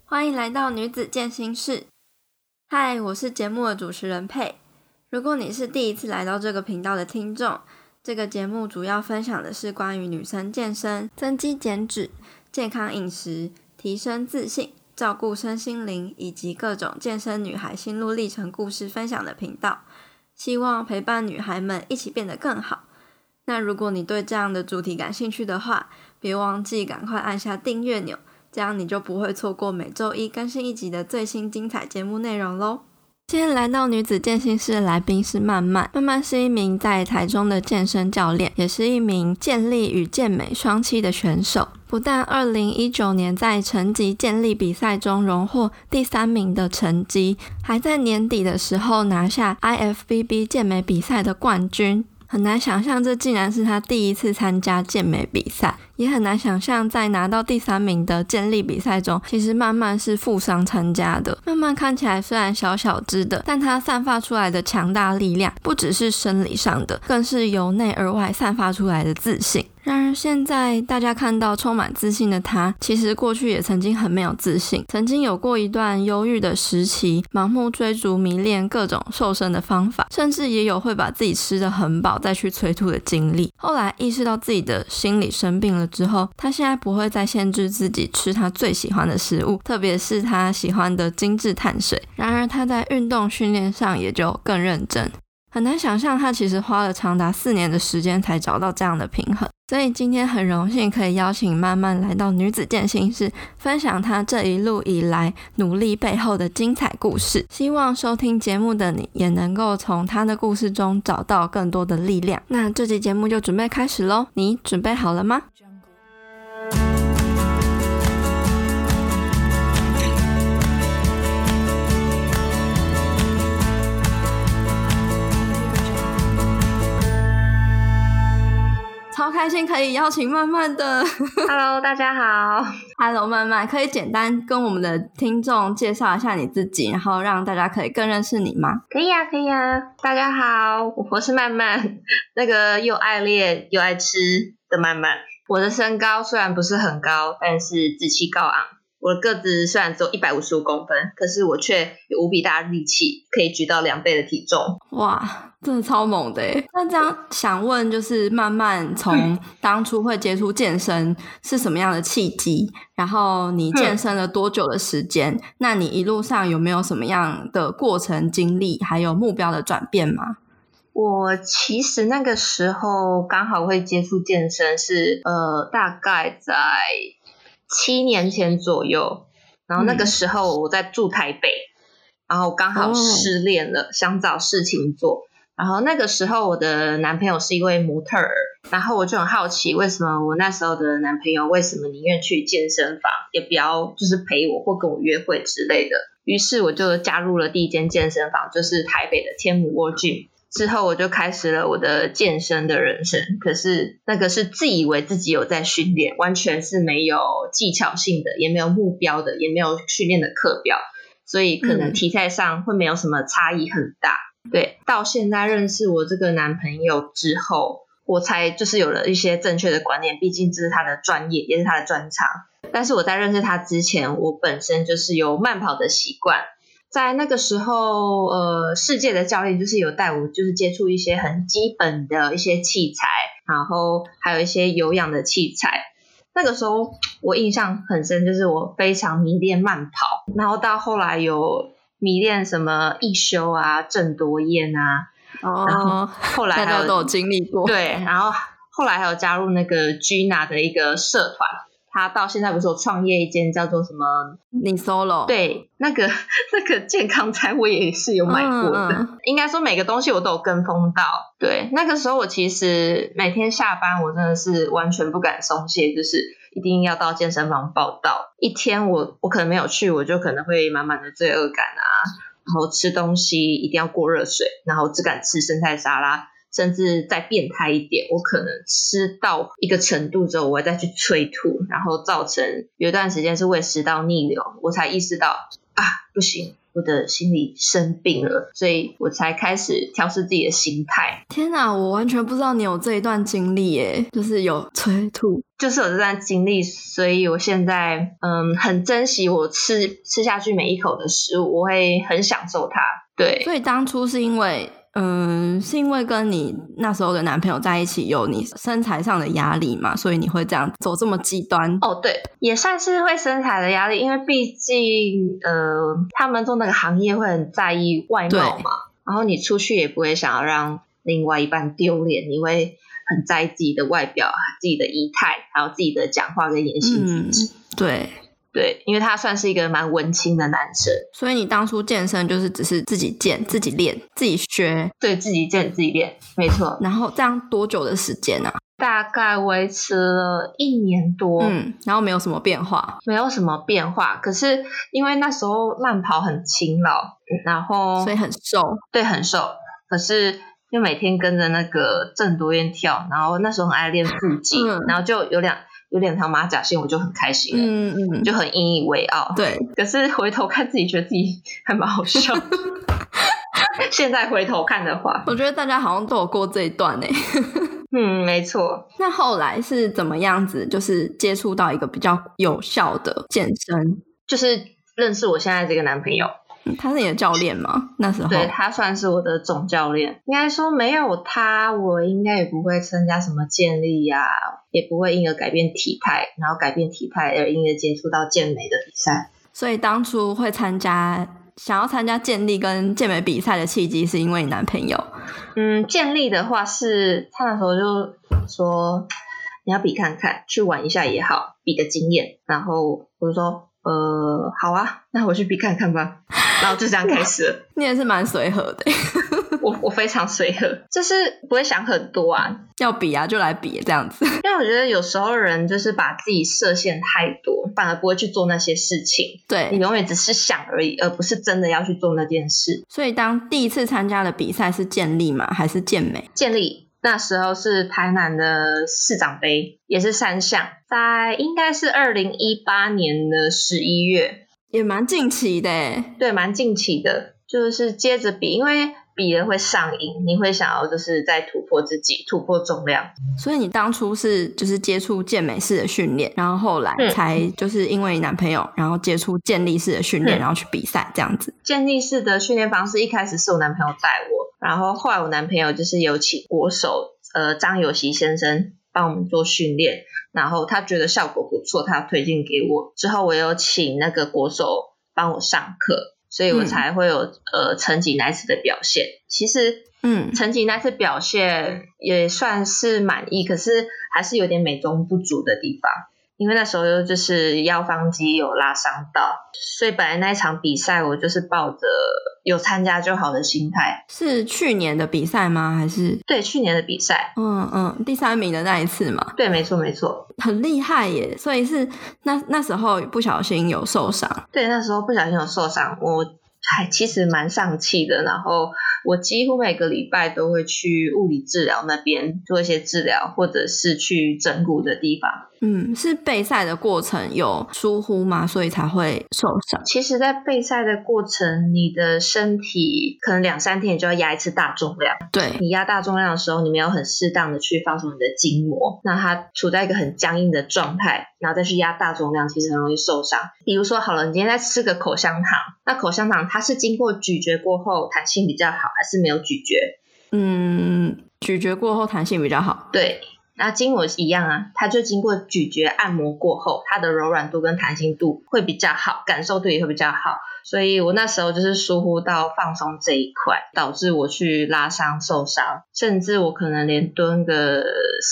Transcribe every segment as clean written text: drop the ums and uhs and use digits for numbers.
欢迎来到女子健心室。嗨，我是节目的主持人佩。如果你是第一次来到这个频道的听众，这个节目主要分享的是关于女生健身、增肌减脂、健康饮食、提升自信、照顾身心灵以及各种健身女孩心路历程故事分享的频道，希望陪伴女孩们一起变得更好。那如果你对这样的主题感兴趣的话，别忘记赶快按下订阅钮，这样你就不会错过每周一更新一集的最新精彩节目内容咯。今天来到女子健心室的来宾是曼曼。曼曼是一名在台中的健身教练，也是一名健力与健美双栖的选手。不但2019年在成级健力比赛中荣获第3名的成绩，还在年底的时候拿下 IFBB 健美比赛的冠军。很难想象这竟然是他第一次参加健美比赛，也很难想象在拿到第3名的健力比赛中，其实曼曼是负伤参加的。曼曼看起来虽然小小只的，但他散发出来的强大力量不只是生理上的，更是由内而外散发出来的自信。然而现在大家看到充满自信的他，其实过去也曾经很没有自信，曾经有过一段忧郁的时期，盲目追逐迷恋各种瘦身的方法，甚至也有会把自己吃得很饱再去催吐的经历。后来意识到自己的心理生病了之后，他现在不会再限制自己吃他最喜欢的食物，特别是他喜欢的精致碳水。然而他在运动训练上也就更认真。很难想象他其实花了长达4年的时间才找到这样的平衡。所以今天很荣幸可以邀请曼曼来到女子健心室，分享她这一路以来努力背后的精彩故事。希望收听节目的你也能够从她的故事中找到更多的力量。那这集节目就准备开始咯，你准备好了吗？超开心可以邀请曼曼的 Hello， 大家好。 Hello， 曼曼，可以简单跟我们的听众介绍一下你自己，然后让大家可以更认识你吗？ 可以啊，可以啊。大家好，我是曼曼，那个又爱练又爱吃的曼曼。我的身高虽然不是很高，但是志气高昂。我的个子虽然只有155公分，可是我却有无比大的力气，可以举到2倍的体重。 哇，真的超猛的耶！那这样想问，就是曼曼从当初会接触健身是什么样的契机？然后你健身了多久的时间？那你一路上有没有什么样的过程经历，还有目标的转变吗？ 我其实那个时候刚好会接触健身是大概在7年前左右，然后那个时候我在住台北，然后刚好失恋了，想找事情做。然后那个时候我的男朋友是一位模特儿，然后我就很好奇，为什么我那时候的男朋友为什么宁愿去健身房，也不要就是陪我或跟我约会之类的。于是我就加入了第一间健身房，就是台北的天母 World Gym。之后我就开始了我的健身的人生，可是那个是自以为自己有在训练，完全是没有技巧性的，也没有目标的，也没有训练的课表，所以可能体态上会没有什么差异很大。对，到现在认识我这个男朋友之后，我才就是有了一些正确的观念，毕竟这是他的专业，也是他的专长。但是我在认识他之前，我本身就是有慢跑的习惯。在那个时候世界的教练就是有带我就是接触一些很基本的一些器材，然后还有一些有氧的器材。那个时候我印象很深，就是我非常迷恋慢跑，然后到后来有迷恋什么一休啊、郑多燕啊，然后后来大家都有经历过。 对，然后后来还有加入那个 Gina 的一个社团，他到现在不是有创业一间叫做什么你 solo？ 对，那个健康餐我也是有买过的。应该说每个东西我都有跟风到。对，那个时候我其实每天下班我真的是完全不敢松懈，就是一定要到健身房报到。一天我可能没有去，我就可能会满满的罪恶感啊，然后吃东西一定要过热水，然后只敢吃生菜沙拉，甚至再变态一点，我可能吃到一个程度之后我会再去催吐，然后造成有一段时间是胃食道逆流，我才意识到不行， 我的心理生病了，所以我才开始调试自己的心态。 天哪，我完全不知道你有这一段经历耶，就是有催吐。 就是有这段经历，所以我现在很珍惜我吃下去每一口的食物，我会很享受它。对， 所以当初是因为跟你那时候的男朋友在一起有你身材上的压力嘛，所以你会这样走这么极端？ 哦，对，也算是会身材的压力，因为毕竟他们做那个行业会很在意外貌嘛，然后你出去也不会想要让另外一半丢脸，你会很在意自己的外表、自己的仪态，还有自己的讲话跟言行举止。对，因为他算是一个蛮文青的男生。 所以你当初健身就是只是自己健、自己练、自己学？ 对，自己健自己练，没错。 然后这样多久的时间啊？ 大概维持了1年多。 然后没有什么变化？ 没有什么变化，可是因为那时候慢跑很勤劳，然后所以很瘦。对， 很瘦，可是就每天跟着那个郑多燕跳，然后那时候很爱练腹肌，然后就有两条马甲线，我就很开心了，就很引以为傲。 对， 可是回头看自己，觉得自己还蛮好笑。现在回头看的话， 我觉得大家好像都有过这一段耶。 没错。 那后来是怎么样子，就是接触到一个比较有效的健身？ 就是认识我现在这个男朋友。 他是你的教练吗？那时候？ 对，他算是我的总教练。应该说没有他，我应该也不会参加什么健力啊，也不会因而改变体态，然后改变体态而因而接触到健美的比赛。 所以当初会想要参加健力跟健美比赛的契机是因为你男朋友？ 健力的话是他那时候就说你要比看看，去玩一下也好，比个经验。然后我就说好啊，那我去比看看吧。然后就这样开始了。 你也是蛮随和的。 我非常随和，就是不会想很多啊， 要比啊就来比这样子。 因为我觉得有时候人就是把自己设限太多，反而不会去做那些事情。 对， 你永远只是想而已，而不是真的要去做那件事。 所以当第一次参加的比赛是健力吗？还是健美？ 健力。那时候是台南的市长杯，也是3项，在应该是2018年的11月， 也蛮近期的耶。 对，蛮近期的，就是接着比，因为比了会上瘾，你会想要就是再突破自己，突破重量。 所以你当初是就是接触健美式的训练，然后后来才就是因为你男朋友，然后接触健力式的训练，然后去比赛这样子。 健力式的训练方式一开始是我男朋友带我，然后后来我男朋友就是有请国手张友熙先生帮我们做训练，然后他觉得效果不错，他推荐给我，之后我有请那个国手帮我上课，所以我才会有成绩那次的表现。其实成绩那次表现也算是满意，可是还是有点美中不足的地方，因为那时候就是腰方肌有拉伤到，所以本来那一场比赛我就是抱着有参加就好的心态。 是去年的比赛吗？还是？ 对，去年的比赛。 第3名的那一次嘛。 对，没错没错。 很厉害耶。所以是那时候不小心有受伤。 对，那时候不小心有受伤，我其实蛮丧气的，然后我几乎每个礼拜都会去物理治疗那边做一些治疗，或者是去整骨的地方。 是备赛的过程有疏忽吗？所以才会受伤？ 其实在备赛的过程，你的身体可能2-3天你就要压一次大重量。 对， 你压大重量的时候，你没有很适当的去放松你的筋膜，那它处在一个很僵硬的状态，然后再去压大重量，其实很容易受伤。比如说好了，你今天在吃个口香糖，那口香糖它是经过咀嚼过后弹性比较好，还是没有咀嚼？ 咀嚼过后弹性比较好。 对，那筋膜一样啊，它就经过咀嚼按摩过后，它的柔软度跟弹性度会比较好，感受度也会比较好。所以我那时候就是疏忽到放松这一块，导致我去拉伤受伤，甚至我可能连蹲个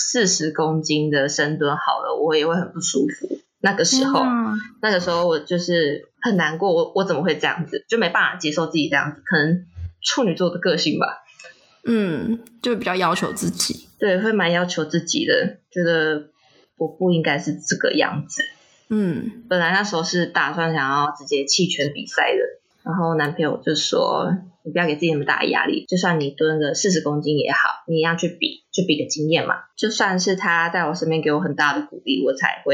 40公斤的深蹲好了，我也会很不舒服。那个时候我就是很难过，我怎么会这样子，就没办法接受自己这样子，可能处女座的个性吧。 就比较要求自己。 对，会蛮要求自己的，觉得我不应该是这个样子。本来那时候是打算想要直接弃权比赛的，然后男朋友就说你不要给自己那么大的压力，就算你蹲个40公斤也好，你一样去比，就比个经验嘛。就算是他在我身边给我很大的鼓励，我才会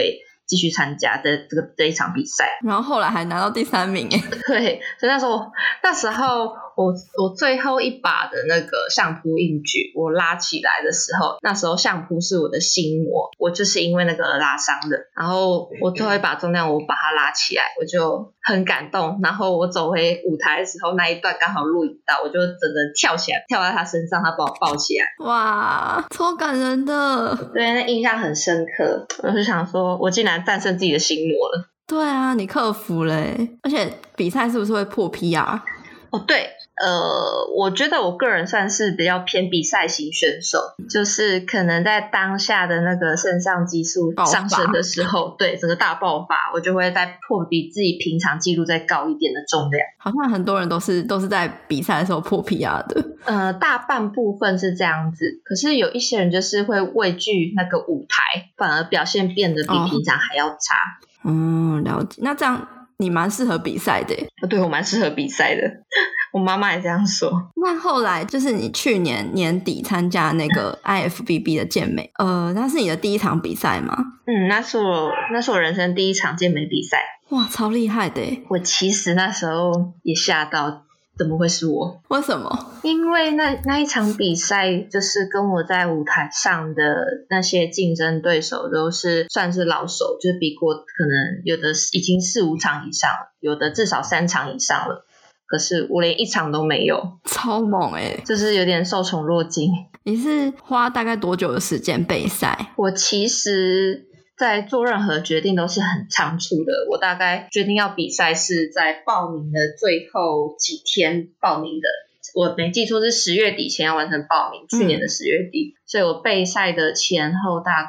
继续参加的这一场比赛， 然后后来还拿到第3名耶。 对，所以那时候我最后一把的那个相扑硬举我拉起来的时候，那时候相扑是我的心魔，我就是因为那个而拉伤的，然后我最后一把重量我把它拉起来，我就很感动，然后我走回舞台的时候那一段刚好录影到，我就整个跳起来，跳在他身上，他把我抱起来， 哇，超感人的。 对，那印象很深刻，我就想说我竟然战胜自己的心魔了。 对啊，你克服了耶，而且比赛是不是会破 PR？ 哦，对，我觉得我个人算是比较偏比赛型选手，就是可能在当下的那个肾上激素上升的时候，对，整个大爆发，我就会再破比自己平常记录再高一点的重量。 好像很多人都是在比赛的时候破 PR 的。 大半部分是这样子，可是有一些人就是会畏惧那个舞台，反而表现变得比平常还要差。 了解。那这样你蛮适合比赛的耶。 对，我蛮适合比赛的，我妈妈也这样说。 那后来就是你去年年底参加那个 IFBB 的健美，那是你的第一场比赛吗？ 那是我人生第一场健美比赛。 哇，超厉害的耶。 我其实那时候也吓到，怎么会是我？ 为什么？ 因为那一场比赛就是跟我在舞台上的那些竞争对手都是算是老手，就是比过可能有的已经4-5场以上，有的至少3场以上了，可是我连1场都没有， 超猛耶， 就是有点受宠若惊。 你是花大概多久的时间备赛？ 我其实在做任何决定都是很仓促的，我大概决定要比赛是在报名的最后几天报名的，我没记错是10月底前要完成报名，去年的10月底，所以我备赛的前后大概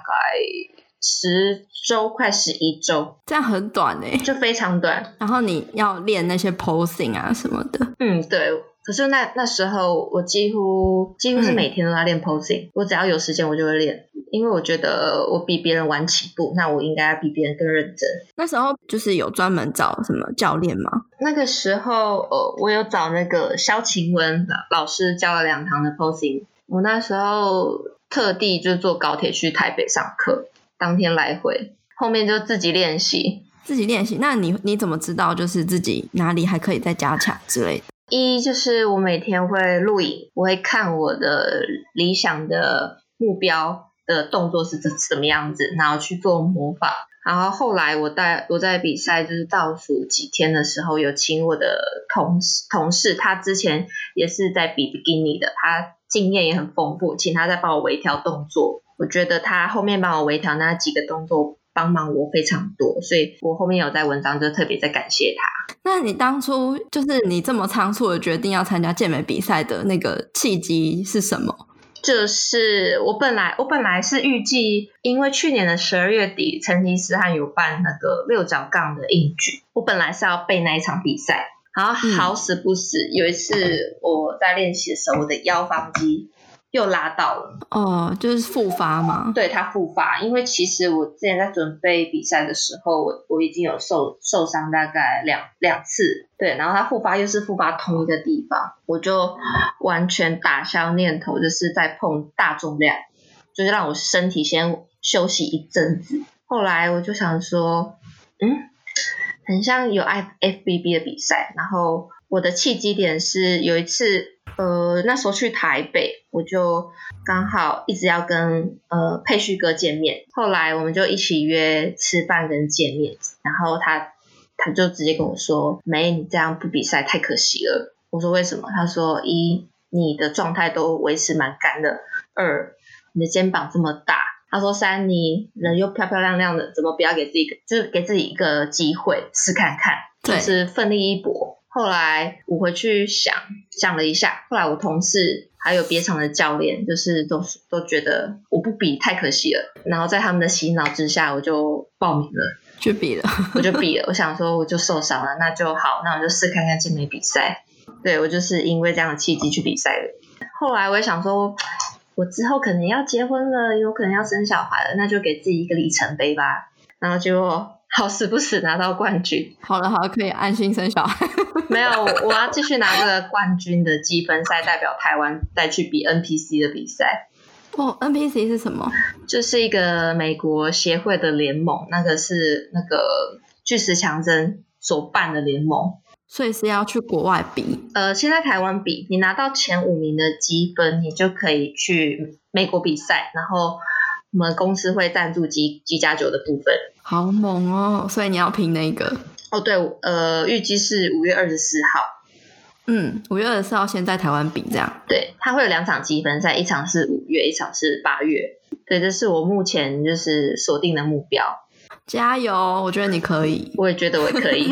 10周快11周， 这样很短耶， 就非常短。 然后你要练那些 posing 啊什么的。 对，可是那时候我几乎是每天都在练 posing，我只要有时间我就会练，因为我觉得我比别人晚起步，那我应该比别人更认真。 那时候就是有专门找什么教练吗？ 那个时候我有找那个萧晴雯老师教了2堂的 posing， 我那时候特地就坐高铁去台北上课，当天来回，后面就自己练习。那你怎么知道就是自己哪里还可以再加强之类的？ 一就是我每天会录影，我会看我的理想的目标的动作是怎么样子，然后去做模仿。然后后来我在比赛就是倒数几天的时候，有请我的同事，他之前也是在比比基尼的，他经验也很丰富，请他再帮我微调动作。我觉得他后面帮我微调那几个动作帮忙我非常多，所以我后面有在文章就特别在感谢他。 那你当初就是你这么仓促的决定要参加健美比赛的那个契机是什么？ 就是我本来是预计，因为去年的12月底成吉思汗有办那个6角杠的硬举，我本来是要备那一场比赛，然后好死不死，有一次我在练习的时候，我的腰方肌又拉到了。 就是复发吗？ 对，它复发，因为其实我之前在准备比赛的时候，我已经有受伤大概两次，对，然后它复发又是复发同一个地方，我就完全打消念头，就是在碰大重量，就是让我身体先休息一阵子。后来我就想说，很像有 FBB 的比赛，然后我的契机点是有一次那时候去台北，我就刚好一直要跟佩旭哥见面，后来我们就一起约吃饭跟见面，然后他就直接跟我说，没，你这样不比赛太可惜了。我说为什么？他说一，你的状态都维持蛮干的，二，你的肩膀这么大，他说三，你人又漂漂亮亮的，怎么不要给自己一个机会试看看，就是奋力一搏。后来我回去想了一下，后来我同事还有别场的教练就是都觉得我不比太可惜了，然后在他们的洗脑之下，我就报名了， 去比了。 我就比了，我想说我就受伤了，那就好，那我就试看看健美比赛。对，我就是因为这样的契机去比赛的。后来我也想说，我之后可能要结婚了，有可能要生小孩了，那就给自己一个里程碑吧。然后结果好死不死拿到冠军。 好了，可以安心生小孩。 没有，我要继续拿这个冠军的积分赛，代表台湾再去比 NPC 的比赛。 NPC 是什么？ 就是一个美国协会的联盟，那个是那个巨石强森所办的联盟， 所以是要去国外比。 先在台湾比，你拿到前5名的积分，你就可以去美国比赛，然后我们公司会赞助机加酒的部分。 好猛哦！所以你要拼那个。 对，预计是5月24号。 5月24号先在台湾比这样。 对，它会有2场积分赛，一场是5月，一场是8月。对，这是我目前就是锁定的目标。 加油，我觉得你可以。 我也觉得我可以。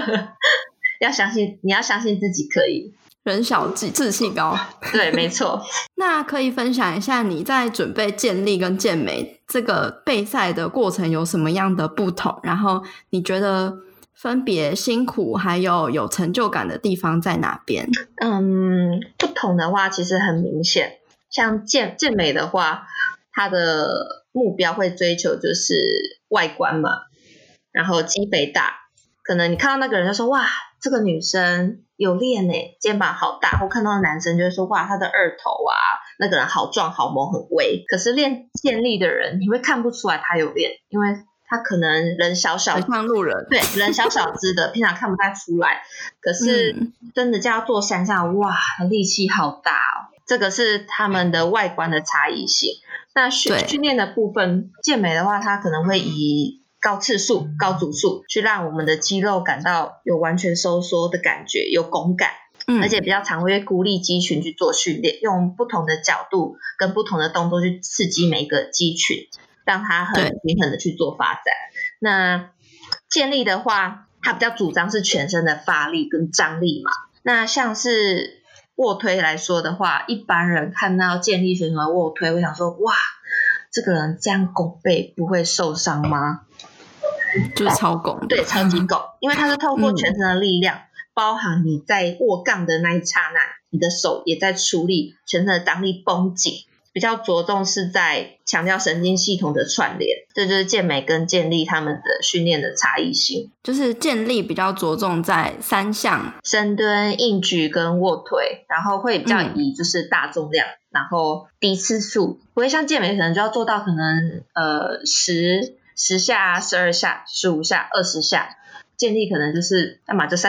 你要相信自己可以。 人小志气高。 对，没错。 那可以分享一下你在准备健力跟健美这个备赛的过程有什么样的不同？然后你觉得分别辛苦还有成就感的地方在哪边？ 不同的话其实很明显，像健美的话，它的目标会追求就是外观嘛，然后肌肥大，可能你看到那个人就说哇，这个女生有练耶，肩膀好大，或看到男生就会说哇，他的二头啊，那个人好壮好猛很威。可是练健力的人你会看不出来他有练，因为他可能人小小， 很像路人。 对，人小小只的，平常看不太出来。可是真的叫做山上，哇，力气好大哦。这个是他们的外观的差异性。那训练的部分，健美的话，它可能会以高次数、高组数去让我们的肌肉感到有完全收缩的感觉，有拱感。而且比较常会孤立肌群去做训练，用不同的角度跟不同的动作去刺激每一个肌群，让它很平衡的去做发展。那健力的话，它比较主张是全身的发力跟张力嘛。那像是卧推来说的话，一般人看到健力选手的卧推会想说，哇，这个人这样拱背不会受伤吗？ 就是超拱。对， 超级拱，因为它是透过全身的力量，包含你在握杠的那一刹那，你的手也在出力，全身的张力绷紧，比较着重是在强调神经系统的串联。这就是健美跟健力他们的训练的差异性。 就是健力比较着重在3项， 深蹲、硬举跟卧推，然后会比较以就是大重量，然后低次数，不会像健美可能就要做到可能10下、12下、15下、20下。健力可能就是要么就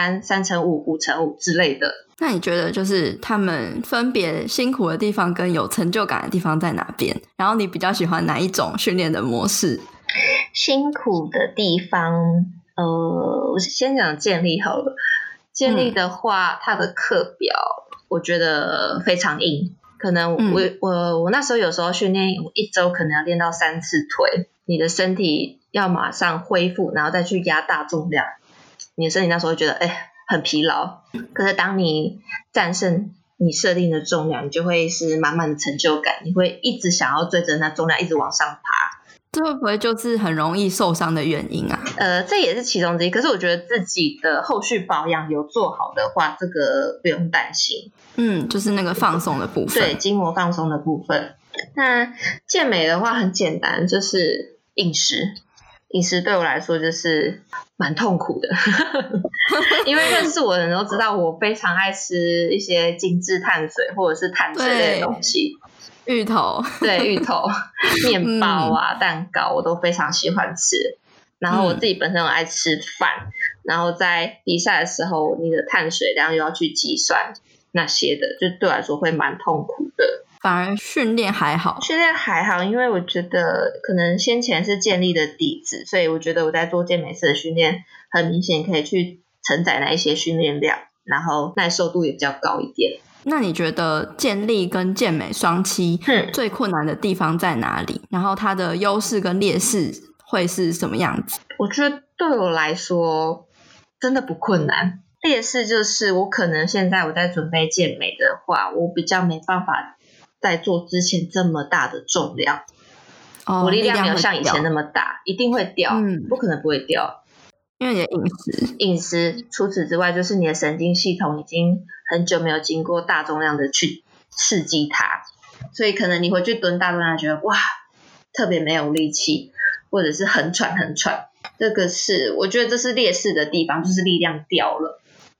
3×3、3×5、5×5之类的。 那你觉得就是他们分别辛苦的地方跟有成就感的地方在哪边？然后你比较喜欢哪一种训练的模式？ 辛苦的地方，我先讲健力好了。健力的话，它的课表我觉得非常硬。可能我那时候有时候训练，我1周可能要练到3次推，你的身体要马上恢复，然后再去压大重量，你的身体那时候会觉得很疲劳。可是当你战胜你设定的重量，你就会是满满的成就感，你会一直想要追着那重量一直往上爬。 这会不会就是很容易受伤的原因啊？ 这也是其中之一。可是我觉得自己的后续保养有做好的话，这个不用担心。 就是那个放松的部分。 对，筋膜放松的部分。那健美的话很简单，就是饮食。饮食对我来说就是蛮痛苦的。因为认识我的人都知道我非常爱吃一些精致碳水或者是碳水类的东西。 芋头。 对，芋头、面包啊、蛋糕我都非常喜欢吃。然后我自己本身很爱吃饭，然后在比赛的时候你的碳水量又要去计算那些的，就对我来说会蛮痛苦的。 反而训练还好， 因为我觉得可能先前是健力的底子，所以我觉得我在做健美式的训练很明显可以去承载那一些训练量，然后耐受度也比较高一点。 那你觉得健力跟健美双栖最困难的地方在哪里？然后它的优势跟劣势会是什么样子？ 我觉得对我来说真的不困难。劣势就是我可能现在我在准备健美的话，我比较没办法在做之前这么大的重量。我力量没有像以前那么大，一定会掉，不可能不会掉。 因为你的饮食，除此之外就是你的神经系统已经很久没有经过大重量的去刺激它，所以可能你回去蹲大重量觉得哇特别没有力气，或者是很喘，这个是我觉得这是劣势的地方，就是力量掉了。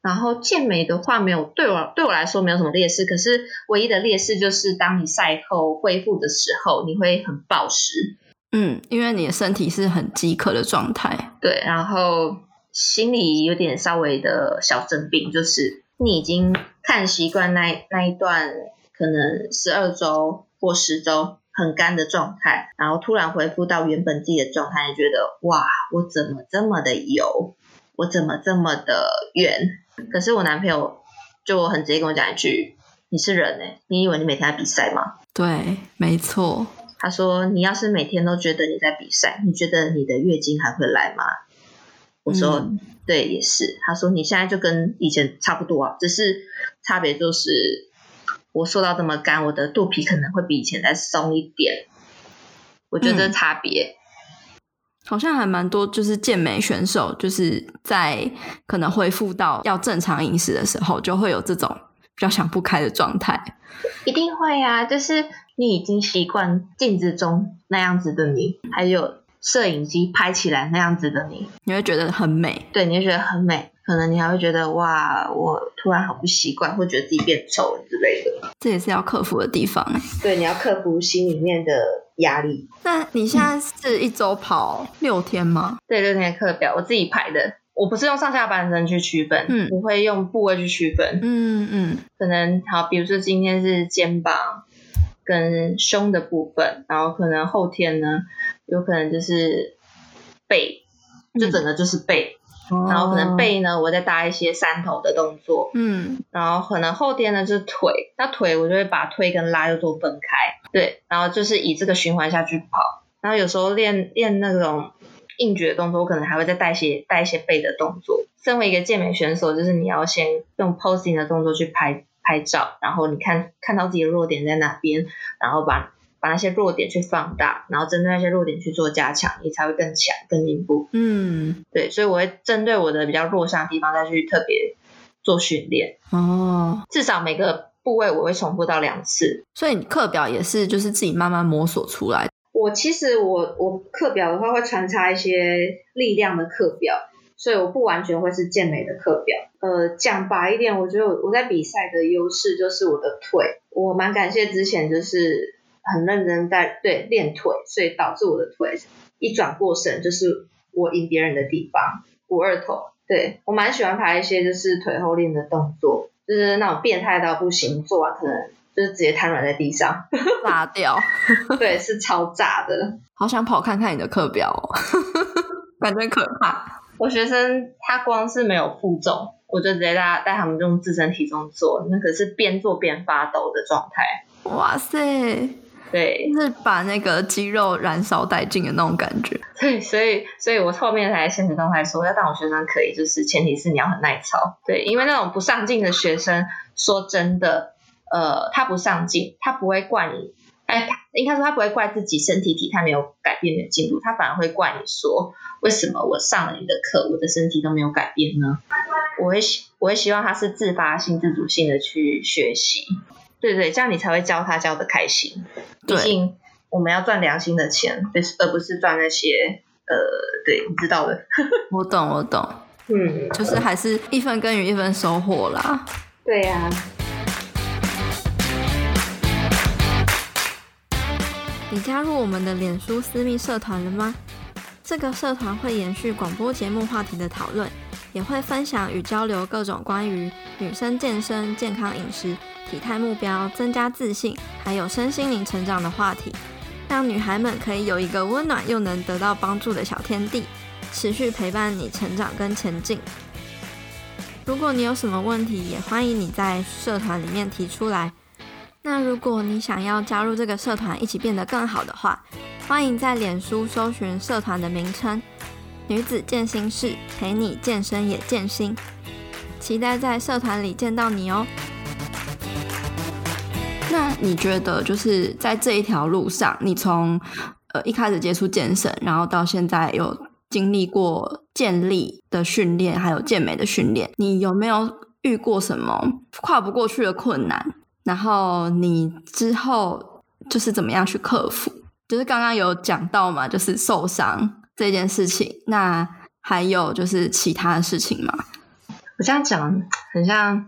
然后健美的话没有对我来说没有什么劣势，可是唯一的劣势就是当你赛后恢复的时候，你会很暴食。 因为你的身体是很饥渴的状态。 对，然后心里有点稍微的小生病，就是你已经看习惯那一段可能12周或10周很干的状态，然后突然恢复到原本自己的状态，你觉得哇，我怎么这么的油，我怎么这么的圆？可是我男朋友就很直接跟我讲一句，你是人欸，你以为你每天在比赛吗？ 对，没错。 他说你要是每天都觉得你在比赛，你觉得你的月经还会来吗？我说对，也是。他说你现在就跟以前差不多啊，只是差别就是我瘦到这么干，我的肚皮可能会比以前再松一点。我觉得这差别好像还蛮多，就是健美选手就是在可能恢复到要正常饮食的时候，就会有这种比较想不开的状态。 一定会啊，就是你已经习惯镜子中那样子的你，还有摄影机拍起来那样子的你， 你会觉得很美。 对，你会觉得很美，可能你还会觉得哇，我突然好不习惯，会觉得自己变丑了之类的。 这也是要克服的地方。 对，你要克服心里面的压力。 那你现在是一周跑6天吗？ 对，6天的课表我自己排的，我不是用上下半身去区分，我会用部位去区分。可能好，比如说今天是肩膀跟胸的部分，然后可能后天呢，有可能就是背，就整个就是背。然后可能背呢，我再搭一些三头的动作，然后可能后天呢就是腿，那腿我就会把推跟拉又做分开，对，然后就是以这个循环下去跑，然后有时候练那种硬举的动作，我可能还会再带一些背的动作。身为一个健美选手，就是你要先用 posing 的动作去拍照，然后你看到自己的弱点在哪边，然后把那些弱点去放大，然后针对那些弱点去做加强，你才会更强更进步。对，所以我会针对我的比较弱项的地方再去特别做训练。至少每个部位我会重复到2次。 所以你课表也是就是自己慢慢摸索出来的。 其实我课表的话会穿插一些力量的课表，所以我不完全会是健美的课表。讲白一点，我觉得我在比赛的优势就是我的腿，我蛮感谢之前就是很认真在练腿，所以导致我的腿一转过身就是我赢别人的地方，52头。对，我蛮喜欢排一些就是腿后练的动作，就是那种变态到不行，做完可能就是直接瘫软在地上炸掉。 对，是超炸的。 好想跑看看你的课表哦。感觉可怕。 我学生他光是没有负重，我就直接带他们用自身体重做，那个是边做边发抖的状态。 哇塞， 对， 是把那个肌肉燃烧殆尽的那种感觉。 对，所以我后面才现实动态说，要当我学生可以，就是前提是你要很耐操。对，因为那种不上进的学生，说真的，他不上进，他不会怪你，应该说他不会怪自己身体体态没有改变的进度，他反而会怪你说，为什么我上了你的课，我的身体都没有改变呢？我会希望他是自发性、自主性的去学习。对对，这样你才会教他教得开心。毕竟我们要赚良心的钱，而不是赚那些对，你知道的。 我懂。就是还是一分耕耘一分收获啦。 对呀。 你加入我们的脸书私密社团了吗？这个社团会延续广播节目话题的讨论，也会分享与交流各种关于女生健身、健康饮食、体态目标、增加自信，还有身心灵成长的话题，让女孩们可以有一个温暖又能得到帮助的小天地，持续陪伴你成长跟前进。如果你有什么问题，也欢迎你在社团里面提出来。那如果你想要加入这个社团一起变得更好的话，欢迎在脸书搜寻社团的名称女子健心室，陪你健身也健心，期待在社团里见到你哦。那你觉得就是在这一条路上，你从一开始接触健身，然后到现在有经历过健力的训练还有健美的训练，你有没有遇过什么跨不过去的困难？然后你之后就是怎么样去克服？就是刚刚有讲到嘛，就是受伤这件事情，那还有就是其他的事情吗？ 我这样讲很像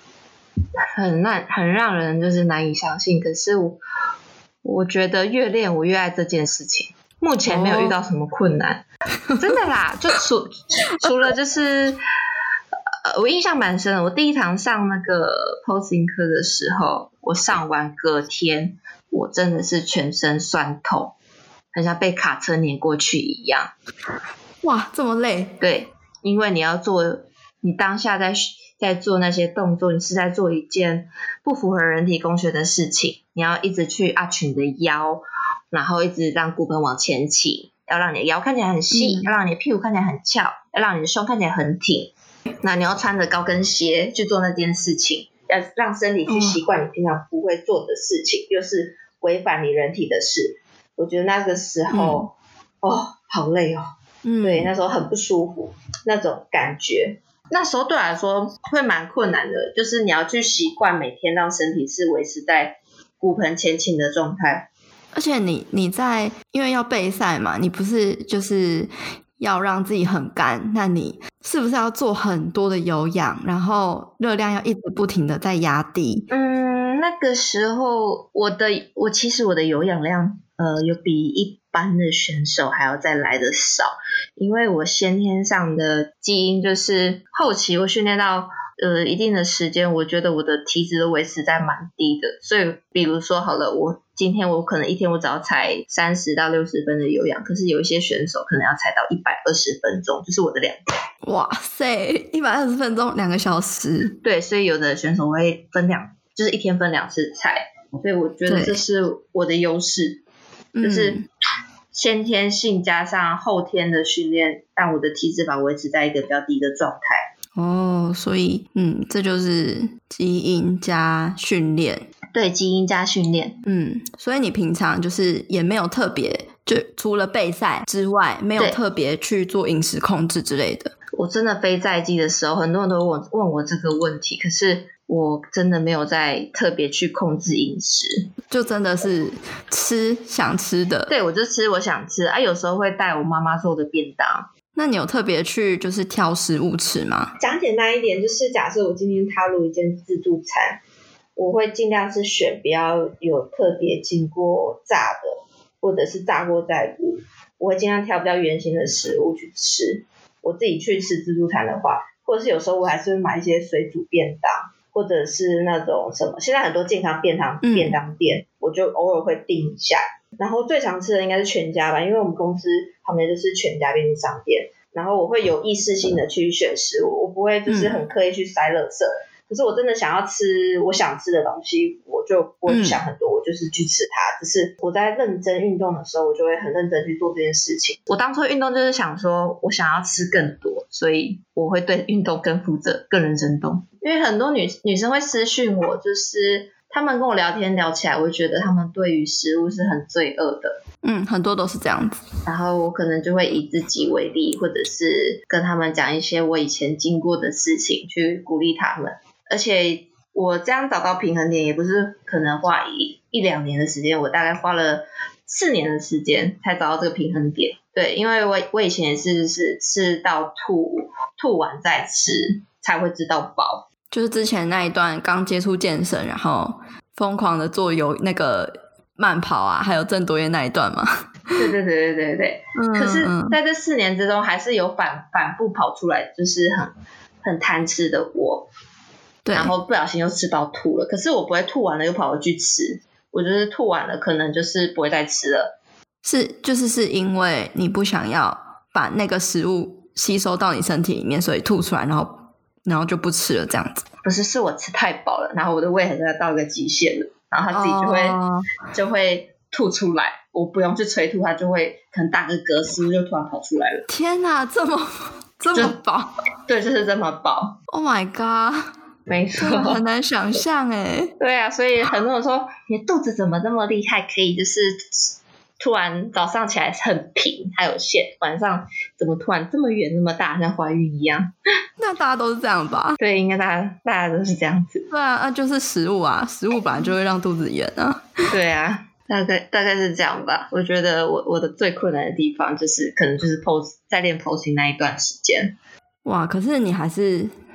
很让人就是难以相信，可是我觉得越练我越爱这件事情，目前没有遇到什么困难，真的啦，就除了就是我印象蛮深的，我第一堂上那个 posing 课的时候，我上完隔天我真的是全身酸痛，很像被卡车碾过去一样。 哇，这么累？ 对，因为你要做，你当下在做那些动作，你是在做一件不符合人体工学的事情，你要一直去arch你的腰，然后一直让骨盆往前倾，要让你的腰看起来很细，要让你的屁股看起来很翘，要让你的胸看起来很挺。那你要穿着高跟鞋去做那件事情，要让身体去习惯你平常不会做的事情，又是违反你人体的事。我觉得那个时候，好累哦。对，那时候很不舒服，那种感觉。那时候对我来说会蛮困难的，就是你要去习惯每天让身体是维持在骨盆前倾的状态。 而且你在因为要备赛嘛，你不是就是要让自己很干，那你是不是要做很多的有氧，然后热量要一直不停的在压低？ 那个时候其实我的有氧量有比一般的选手还要再来的少，因为我先天上的基因就是后期我训练到一定的时间，我觉得我的体脂都维持在蛮低的，所以比如说好了，今天我可能一天我只要踩30到60分的有氧，可是有一些选手可能要踩到120分钟，就是我的2倍。 哇塞，120分钟2个小时。 对，所以有的选手会就是一天分2次踩，所以我觉得这是我的优势，就是先天性加上后天的训练，让我的体脂肪维持在一个比较低的状态。 所以这就是基因加训练。 对，基因加训练。 所以你平常就是也没有特别，就除了备赛之外，没有特别去做饮食控制之类的。 我真的非赛季的时候，很多人都问我这个问题，可是我真的没有在特别去控制饮食， 就真的是吃想吃的。 对，我就吃我想吃啊，有时候会带我妈妈做的便当。 那你有特别去就是挑食物吃吗？ 讲简单一点，就是假设我今天踏入一间自助餐，我会尽量是选不要有特别经过炸的，或者是炸过再卤，我会尽量挑比较原型的食物去吃。我自己去吃自助餐的话，或者是有时候我还是会买一些水煮便当，或者是那种什么，现在很多健康便当店，我就偶尔会订一下。然后最常吃的应该是全家吧，因为我们公司旁边就是全家便利商店，然后我会有意识性的去选食物，我不会就是很刻意去塞垃圾。可是我真的想要吃我想吃的东西，我就不会去想很多，我就是去吃它。只是我在认真运动的时候，我就会很认真去做这件事情。我当初运动就是想说我想要吃更多，所以我会对运动更负责，更认真动。因为很多女生会私讯我，就是他们跟我聊天聊起来，我觉得他们对于食物是很罪恶的。 很多都是这样子。 然后我可能就会以自己为例，或者是跟他们讲一些我以前经过的事情，去鼓励他们。而且我这样找到平衡点，也不是可能花一两年的时间，我大概花了4年的时间才找到这个平衡点。对，因为我以前也是吃到吐完再吃才会知道饱。 就是之前那一段刚接触健身，然后疯狂的做那个慢跑啊，还有郑多燕那一段嘛。 对。可是在这4年之中，还是有反复跑出来，就是很贪吃的我。对，然后不小心又吃到吐了，可是我不会吐完了又跑回去吃，我就是吐完了可能就是不会再吃了。是因为你不想要把那个食物吸收到你身体里面，所以吐出来，然后就不吃了这样子。 不是，是我吃太饱了，然后我的胃很快到一个极限了，然后他自己就会吐出来，我不用去催吐，他就会可能打个嗝，食物就突然跑出来了。 天哪，这么饱？ 对，就是这么饱。 Oh my god， 没错， 很难想象耶。 对啊，所以很多人说你的肚子怎么那么厉害，可以就是突然早上起来很平还有线，晚上怎么突然这么圆这么大，像怀孕一样。 那大家都是这样吧？ 对，应该大家都是这样子。 对啊，那就是食物啊，食物本来就会让肚子圆啊。 对啊，大概是这样吧。我觉得我的最困难的地方就是可能就是在练 posing 那一段时间。 哇，可是你还是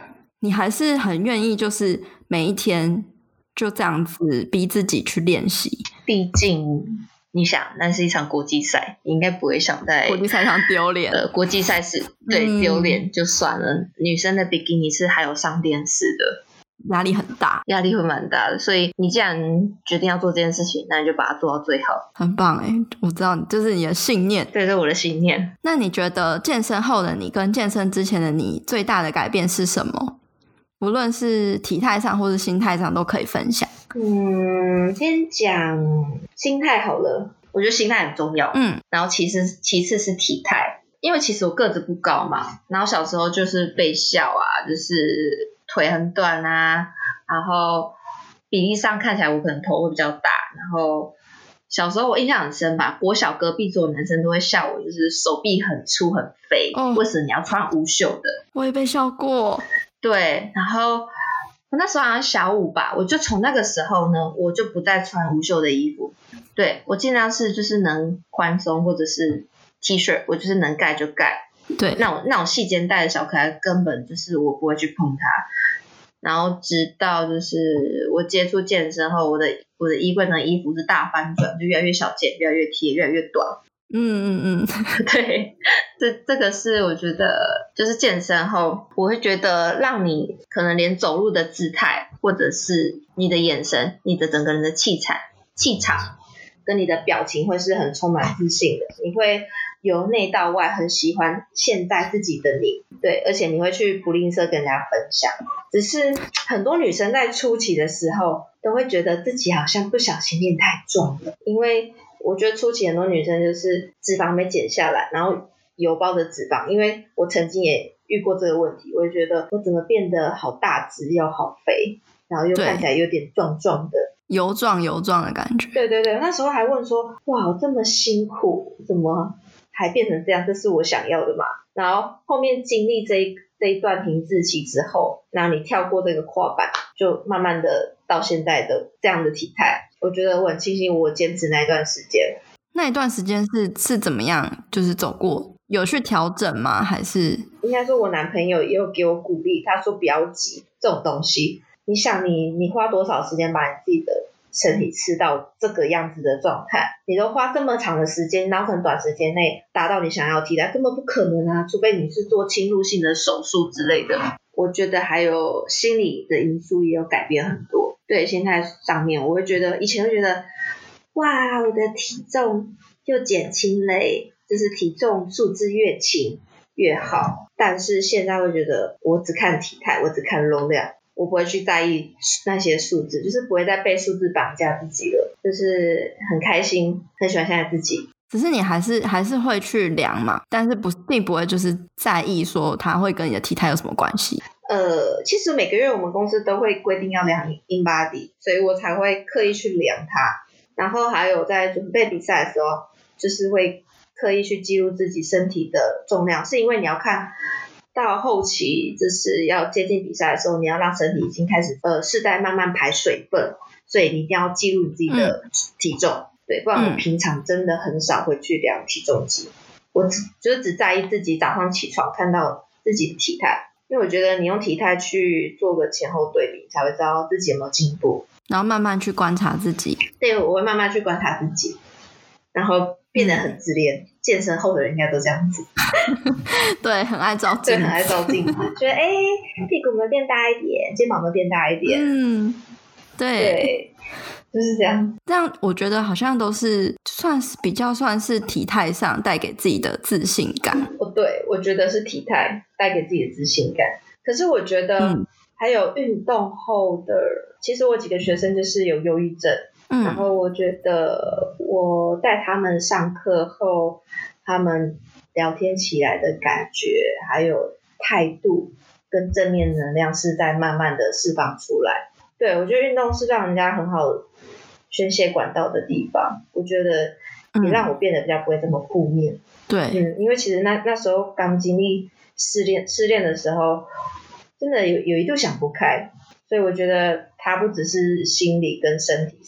你还是很愿意就是每一天就这样子逼自己去练习。 毕竟你想那是一场国际赛，你应该不会想在国际赛上丢脸。 国际赛事对丢脸就算了，女生的比基尼是还有上电视的， 压力很大， 压力会蛮大的。所以你既然决定要做这件事情，那你就把它做到最好。 很棒耶，我知道这是你的信念。 对，这是我的信念。 那你觉得健身后的你跟健身之前的你最大的改变是什么？无论是体态上或是心态上都可以分享。 先讲心态好了，我觉得心态很重要。然后其次是体态，因为其实我个子不高嘛，然后小时候就是被笑啊，就是腿很短啊，然后比例上看起来我可能头会比较大，然后小时候我印象很深吧，国小隔壁桌的男生都会笑我，就是手臂很粗很肥，为什么你要穿无袖的？ 我也被笑过。对， 然后我那时候好像小5吧，我就从那个时候呢，我就不再穿无袖的衣服。对，我尽量是就是能宽松或者是 T 恤，我就是能盖就盖。 对， 那种细肩带的小可爱根本就是我不会去碰它。然后直到就是我接触健身后，我的衣柜的衣服是大翻转，就越来越小件，越来越贴，越来越短。对，这个是我觉得就是健身后，我会觉得让你可能连走路的姿态，或者是你的眼神，你的整个人的气场跟你的表情会是很充满自信的，你会由内到外很喜欢现在自己的你。对，而且你会去不吝啬跟人家分享。只是很多女生在初期的时候都会觉得自己好像不小心练太重了，因为我觉得初期很多女生就是脂肪没减下来，然后油包的脂肪，因为我曾经也遇过这个问题，我也觉得我怎么变得好大只又好肥，然后又看起来有点壮壮的， 油壮的感觉。 对，那时候还问说，哇，我这么辛苦怎么还变成这样，这是我想要的嘛？然后后面经历这一段停滞期之后，然后你跳过这个跨板，就慢慢的到现在的这样的体态，我觉得我很庆幸我坚持那一段时间。 那一段时间是怎么样？就是走过，有去调整吗？还是应该说我男朋友也有给我鼓励，他说不要急，这种东西，你想你花多少时间把你自己的身体吃到这个样子的状态，你都花这么长的时间，然后可能短时间内达到你想要的体态，根本不可能啊，除非你是做侵入性的手术之类的。我觉得还有心理的因素也有改变很多。对，心态上面我会觉得以前会觉得哇，我的体重又减轻了耶，就是体重数字越轻越好，但是现在会觉得我只看体态，我只看肉量，我不会去在意那些数字，就是不会再被数字绑架自己了，就是很开心，很喜欢现在自己。 只是你还是会去量嘛，但是并不会就是在意说它会跟你的体态有什么关系。 其实每个月我们公司都会规定要量 InBody， 所以我才会刻意去量它。然后还有在准备比赛的时候，就是会刻意去记录自己身体的重量，是因为你要看到后期就是要接近比赛的时候，你要让身体已经开始是在慢慢排水分，所以你一定要记录你自己的体重。对，不然我平常真的很少会去量体重机，我只在意自己早上起床看到自己的体态，因为我觉得你用体态去做个前后对比，才会知道自己有没有进步， 然后慢慢去观察自己。 对，我会慢慢去观察自己，然后变得很自恋。健身后的人应该都这样子。 对，很爱照镜子。 对，很爱照镜子，觉得屁股有没有变大一点，肩膀有没有变大一点。对，就是这样。 这样我觉得好像都是比较算是体态上带给自己的自信感。 对，我觉得是体态带给自己的自信感。可是我觉得还有运动后的，其实我几个学生就是有忧郁症，然后我觉得我带他们上课后，他们聊天起来的感觉，还有态度跟正面能量是在慢慢的释放出来。对，我觉得运动是让人家很好宣泄管道的地方，我觉得也让我变得比较不会这么负面。 对， 因为其实那时候刚经历失恋的时候，真的有一度想不开，所以我觉得它不只是心理跟身体上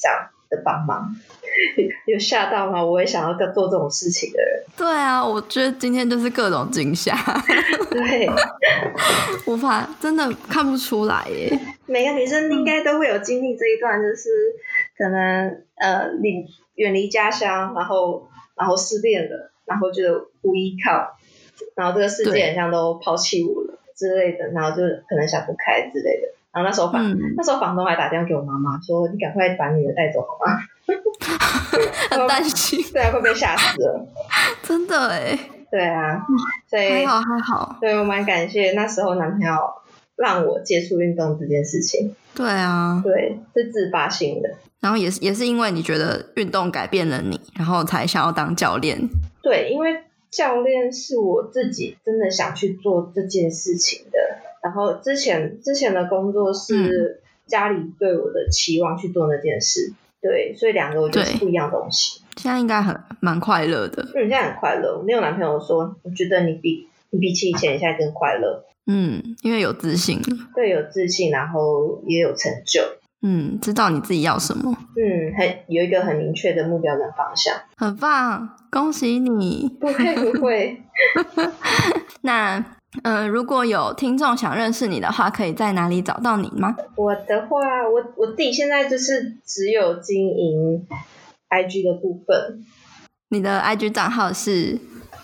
的帮忙。有吓到吗？我也想要做这种事情的人。 对啊，我觉得今天就是各种惊吓。 对， 无法真的看不出来耶。 每个女生应该都会有经历这一段，就是可能远离家乡，然后失恋了，然后就无依靠，然后这个世界好像都抛弃我了之类的，然后就可能想不开之类的。然后那时候房东还打电话给我妈妈说：“你赶快把女儿带走好吗？” 很担心， 对啊，会被吓死了。 真的哎。 对啊，所以还好。 对，我蛮感谢那时候男朋友让我接触运动这件事情。 对啊， 对，是自发性的。 然后也是因为你觉得运动改变了你，然后才想要当教练。 对，因为教练是我自己真的想去做这件事情的。然后之前的工作是家里对我的期望去做那件事。对，所以两个我觉得是不一样的东西。 现在应该蛮快乐的。 现在很快乐。你有男朋友说，我觉得你比起以前现在更快乐。 因为有自信。 对，有自信，然后也有成就。 知道你自己要什么。 有一个很明确的目标跟方向。 很棒，恭喜你。 不会。 那如果有听众想认识你的话，可以在哪里找到你吗？ 我的话，我自己现在就是只有经营 IG 的部分。 你的 IG 账号是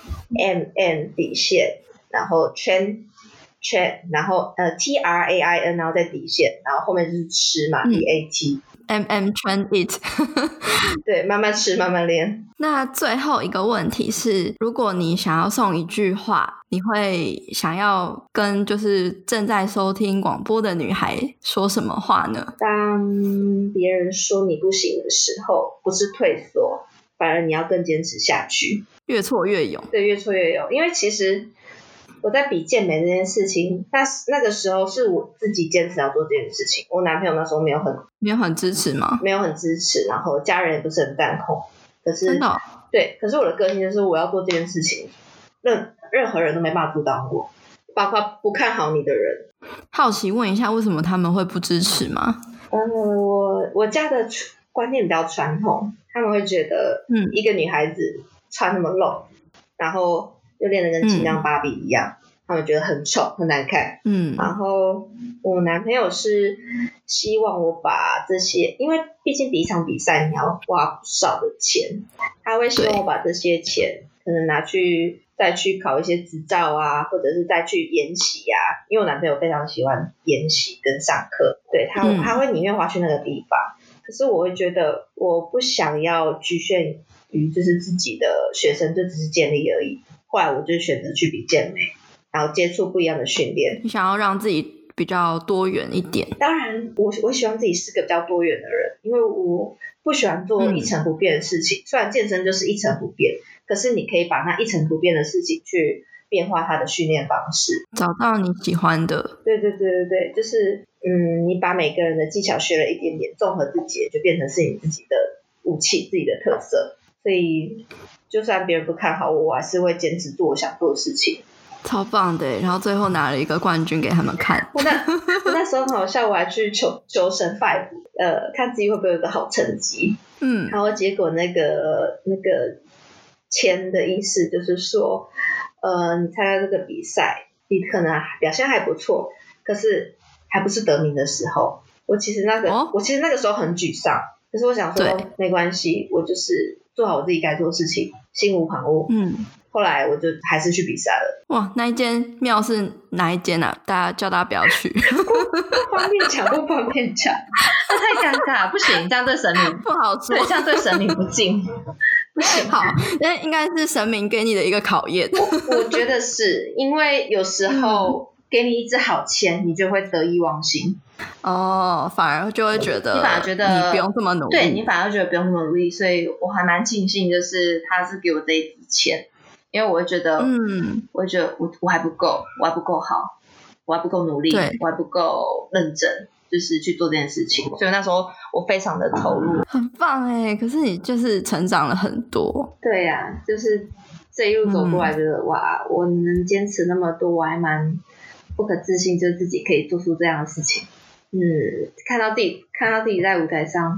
MN_然后圈，然后TRAIN， 然后再底线，然后后面就是吃嘛，DAT。 train it。 对，慢慢吃慢慢练。 那最后一个问题是，如果你想要送一句话，你会想要跟就是正在收听广播的女孩说什么话呢？ 当别人说你不行的时候，不是退缩，反而你要更坚持下去， 越挫越勇。 对，越挫越勇。因为其实我在比健美这件事情，那个时候是我自己坚持要做这件事情，我男朋友那时候没有很支持吗？ 没有很支持，然后家人也不是很赞同。可是真的对，可是我的个性就是我要做这件事情，任何人都没办法阻挡我，包括不看好你的人。 好奇问一下，为什么他们会不支持吗？ 我家的观念比较传统，他们会觉得一个女孩子穿那么露，然后又练得跟金刚芭比一样，他们觉得很丑很难看。然后我男朋友是希望我把这些，因为毕竟比一场比赛你要花不少的钱，他会希望我把这些钱可能拿去再去考一些执照啊，或者是再去研习啊，因为我男朋友非常喜欢研习跟上课。对，他会宁愿花去那个地方。可是我会觉得我不想要局限于就是自己的学生就只是健力而已，后来我就选择去比健美，然后接触不一样的训练。 你想要让自己比较多元一点。 当然我希望自己是个比较多元的人，因为我不喜欢做一成不变的事情。虽然健身就是一成不变，可是你可以把那一成不变的事情去变化它的训练方式，找到你喜欢的。 对，就是你把每个人的技巧学了一点点，综合自己就变成是你自己的武器，自己的特色。所以就算别人不看好我，我还是会坚持做我想做的事情。 超棒的，然后最后拿了一个冠军给他们看。 我那时候很好笑，我还去求神拜佛，看自己会不会有个好成绩。然后结果那个签的意思就是说，你参加这个比赛，你可能表现还不错，可是还不是得名的时候。我其实那个时候很沮丧，可是我想说没关系，我就是做好我自己该做的事情，心无旁骛。后来我就还是去比赛了。 哇，那一间庙是哪一间啊？叫大家不要去。 不方便讲，那太尴尬，不行，这样对神明不好说， 对，这样对神明不敬。不行。 好，那应该是神明给你的一个考验。 我觉得是因为有时候给你一支好签，你就会得意忘形。 反而就会觉得， 你反而觉得你不用这么努力。 对，你反而觉得不用这么努力，所以我还蛮庆幸，就是他是给我这一支签。因为我会觉得，我还不够，我还不够好，我还不够努力，我还不够认真，就是去做这件事情。所以那时候我非常的投入， 很棒耶。可是你就是成长了很多。 对呀，就是这一路走过来，觉得哇，我能坚持那么多，我还蛮不可置信，就是自己可以做出这样的事情。看到自己在舞台上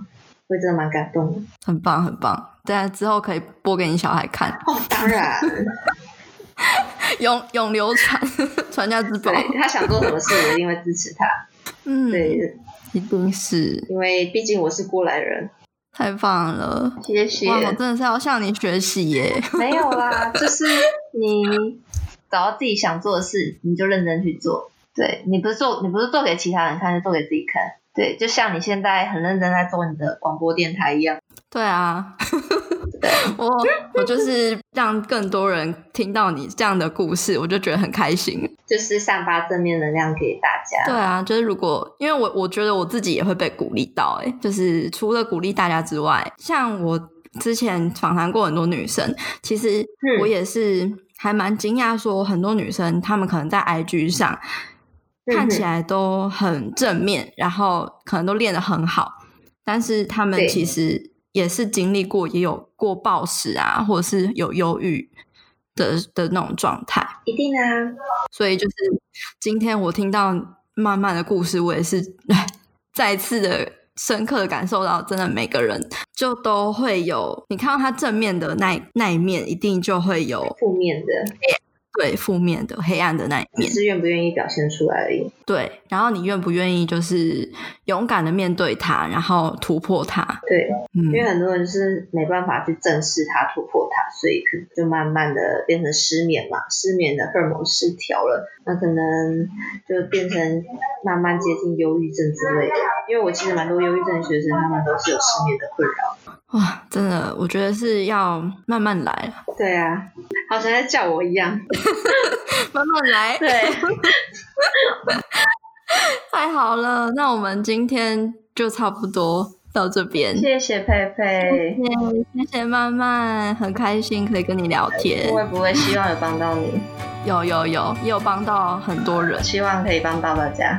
会真的蛮感动的。 很棒很棒，对，之后可以播给你小孩看。 当然永流传传家之宝。 对，他想做什么事我一定会支持他。对， 一定是， 因为毕竟我是过来人。 太棒了， 谢谢。 哇，我真的是要向你学习耶。 没有啦，就是你找到自己想做的事，你就认真去做。对，你不是做给其他人看，是做给自己看。对，就像你现在很认真在做你的广播电台一样。 对啊。我就是让更多人听到你这样的故事，我就觉得很开心， 就是散发正面能量给大家。 对啊，就是因为我觉得我自己也会被鼓励到，就是除了鼓励大家之外，像我之前访谈过很多女生，其实我也是还蛮惊讶，说很多女生她们可能在 IG 上看起来都很正面，然后可能都练得很好，但是她们其实也是经历过，也有过暴食啊，或者是有忧郁的那种状态。 一定啊。 所以就是今天我听到慢慢的故事，我也是再次的深刻的感受到，真的每个人就都会有，你看到他正面的那一面，一定就会有负面的。 对，负面的黑暗的那一面， 只是愿不愿意表现出来而已。 对，然后你愿不愿意就是勇敢的面对它，然后突破它。 对，因为很多人就是没办法去正视它、突破它，所以可能就慢慢的变成失眠嘛，失眠的荷尔蒙失调了，那可能就变成慢慢接近忧郁症之类的。因为我其实蛮多忧郁症的学生，他们都是有失眠的困扰。 哇，真的，我觉得是要慢慢来。 对啊，好像在叫我一样。 慢慢来。 对。 太好了，那我们今天就差不多到这边。 谢谢佩佩。 谢谢曼曼，很开心可以跟你聊天。 不会，希望有帮到你。 有，也有帮到很多人， 希望可以帮到大家。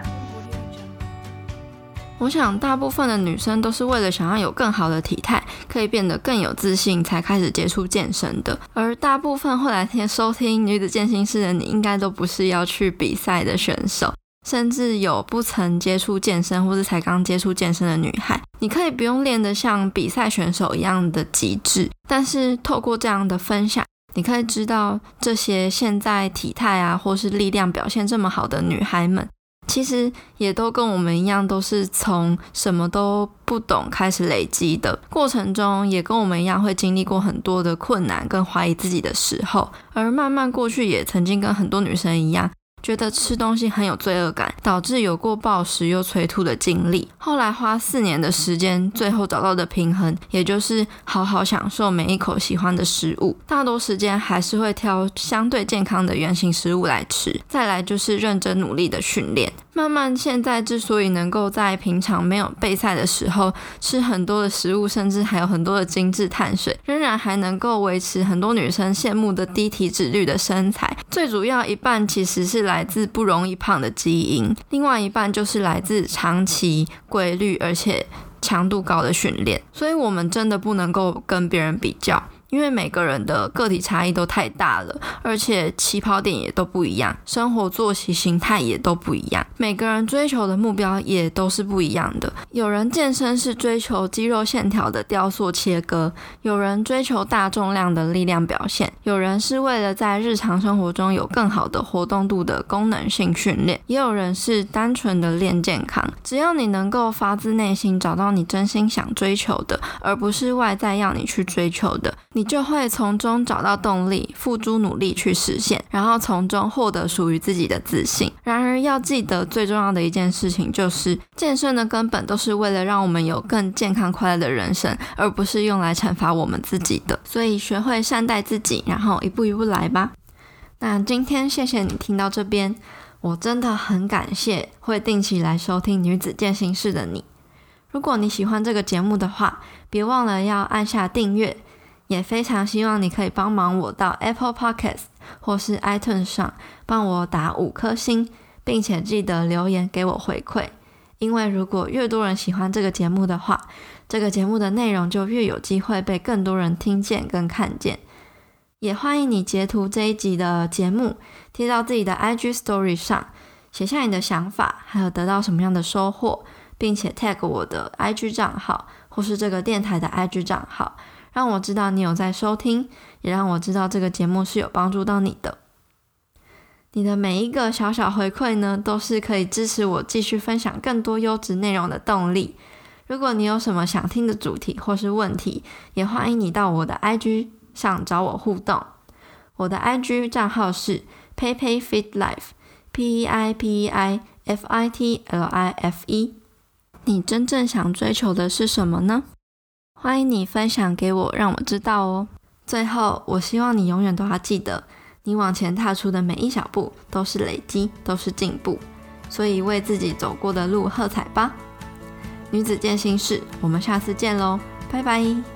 我想大部分的女生都是为了想要有更好的体态，可以变得更有自信才开始接触健身的，而大部分会来收听女子健心室的你，应该都不是要去比赛的选手，甚至有不曾接触健身或是才刚接触健身的女孩。你可以不用练得像比赛选手一样的极致，但是透过这样的分享，你可以知道这些现在体态啊或是力量表现这么好的女孩们，其实也都跟我们一样，都是从什么都不懂开始累积的，过程中也跟我们一样会经历过很多的困难跟怀疑自己的时候，而慢慢过去也曾经跟很多女生一样，觉得吃东西很有罪恶感，导致有过暴食又催吐的经历。后来花4年的时间，最后找到的平衡，也就是好好享受每一口喜欢的食物，大多时间还是会挑相对健康的原型食物来吃。再来就是认真努力的训练。慢慢现在之所以能够在平常没有备赛的时候吃很多的食物，甚至还有很多的精致碳水，仍然还能够维持很多女生羡慕的低体脂率的身材，最主要一半其实是来自不容易胖的基因，另外一半就是来自长期规律而且强度高的训练。所以我们真的不能够跟别人比较，因为每个人的个体差异都太大了，而且起跑点也都不一样，生活作息形态也都不一样，每个人追求的目标也都是不一样的。有人健身是追求肌肉线条的雕塑切割，有人追求大重量的力量表现，有人是为了在日常生活中有更好的活动度的功能性训练，也有人是单纯的练健康。只要你能够发自内心找到你真心想追求的，而不是外在要你去追求的，你就会从中找到动力，付诸努力去实现，然后从中获得属于自己的自信。然而要记得最重要的一件事情，就是健身的根本都是为了让我们有更健康快乐的人生，而不是用来惩罚我们自己的。所以学会善待自己，然后一步一步来吧。那今天谢谢你听到这边，我真的很感谢会定期来收听女子健心室的你。如果你喜欢这个节目的话，别忘了要按下订阅，也非常希望你可以帮忙我到 Apple Podcast 或是 iTunes 上帮我打5颗星，并且记得留言给我回馈。因为如果越多人喜欢这个节目的话，这个节目的内容就越有机会被更多人听见跟看见。也欢迎你截图这一集的节目贴到自己的 IG Story 上，写下你的想法，还有得到什么样的收获，并且 tag 我的 IG 账号或是这个电台的 IG 账号，让我知道你有在收听，也让我知道这个节目是有帮助到你的。你的每一个小小回馈呢，都是可以支持我继续分享更多优质内容的动力。如果你有什么想听的主题或是问题，也欢迎你到我的 IG 上找我互动。我的 IG 账号是 PeiPeiFitLife PeiPeiFitLife。你真正想追求的是什么呢？欢迎你分享给我，让我知道哦。最后，我希望你永远都要记得，你往前踏出的每一小步都是累积，都是进步，所以为自己走过的路喝彩吧。女子健心室，我们下次见咯，拜拜。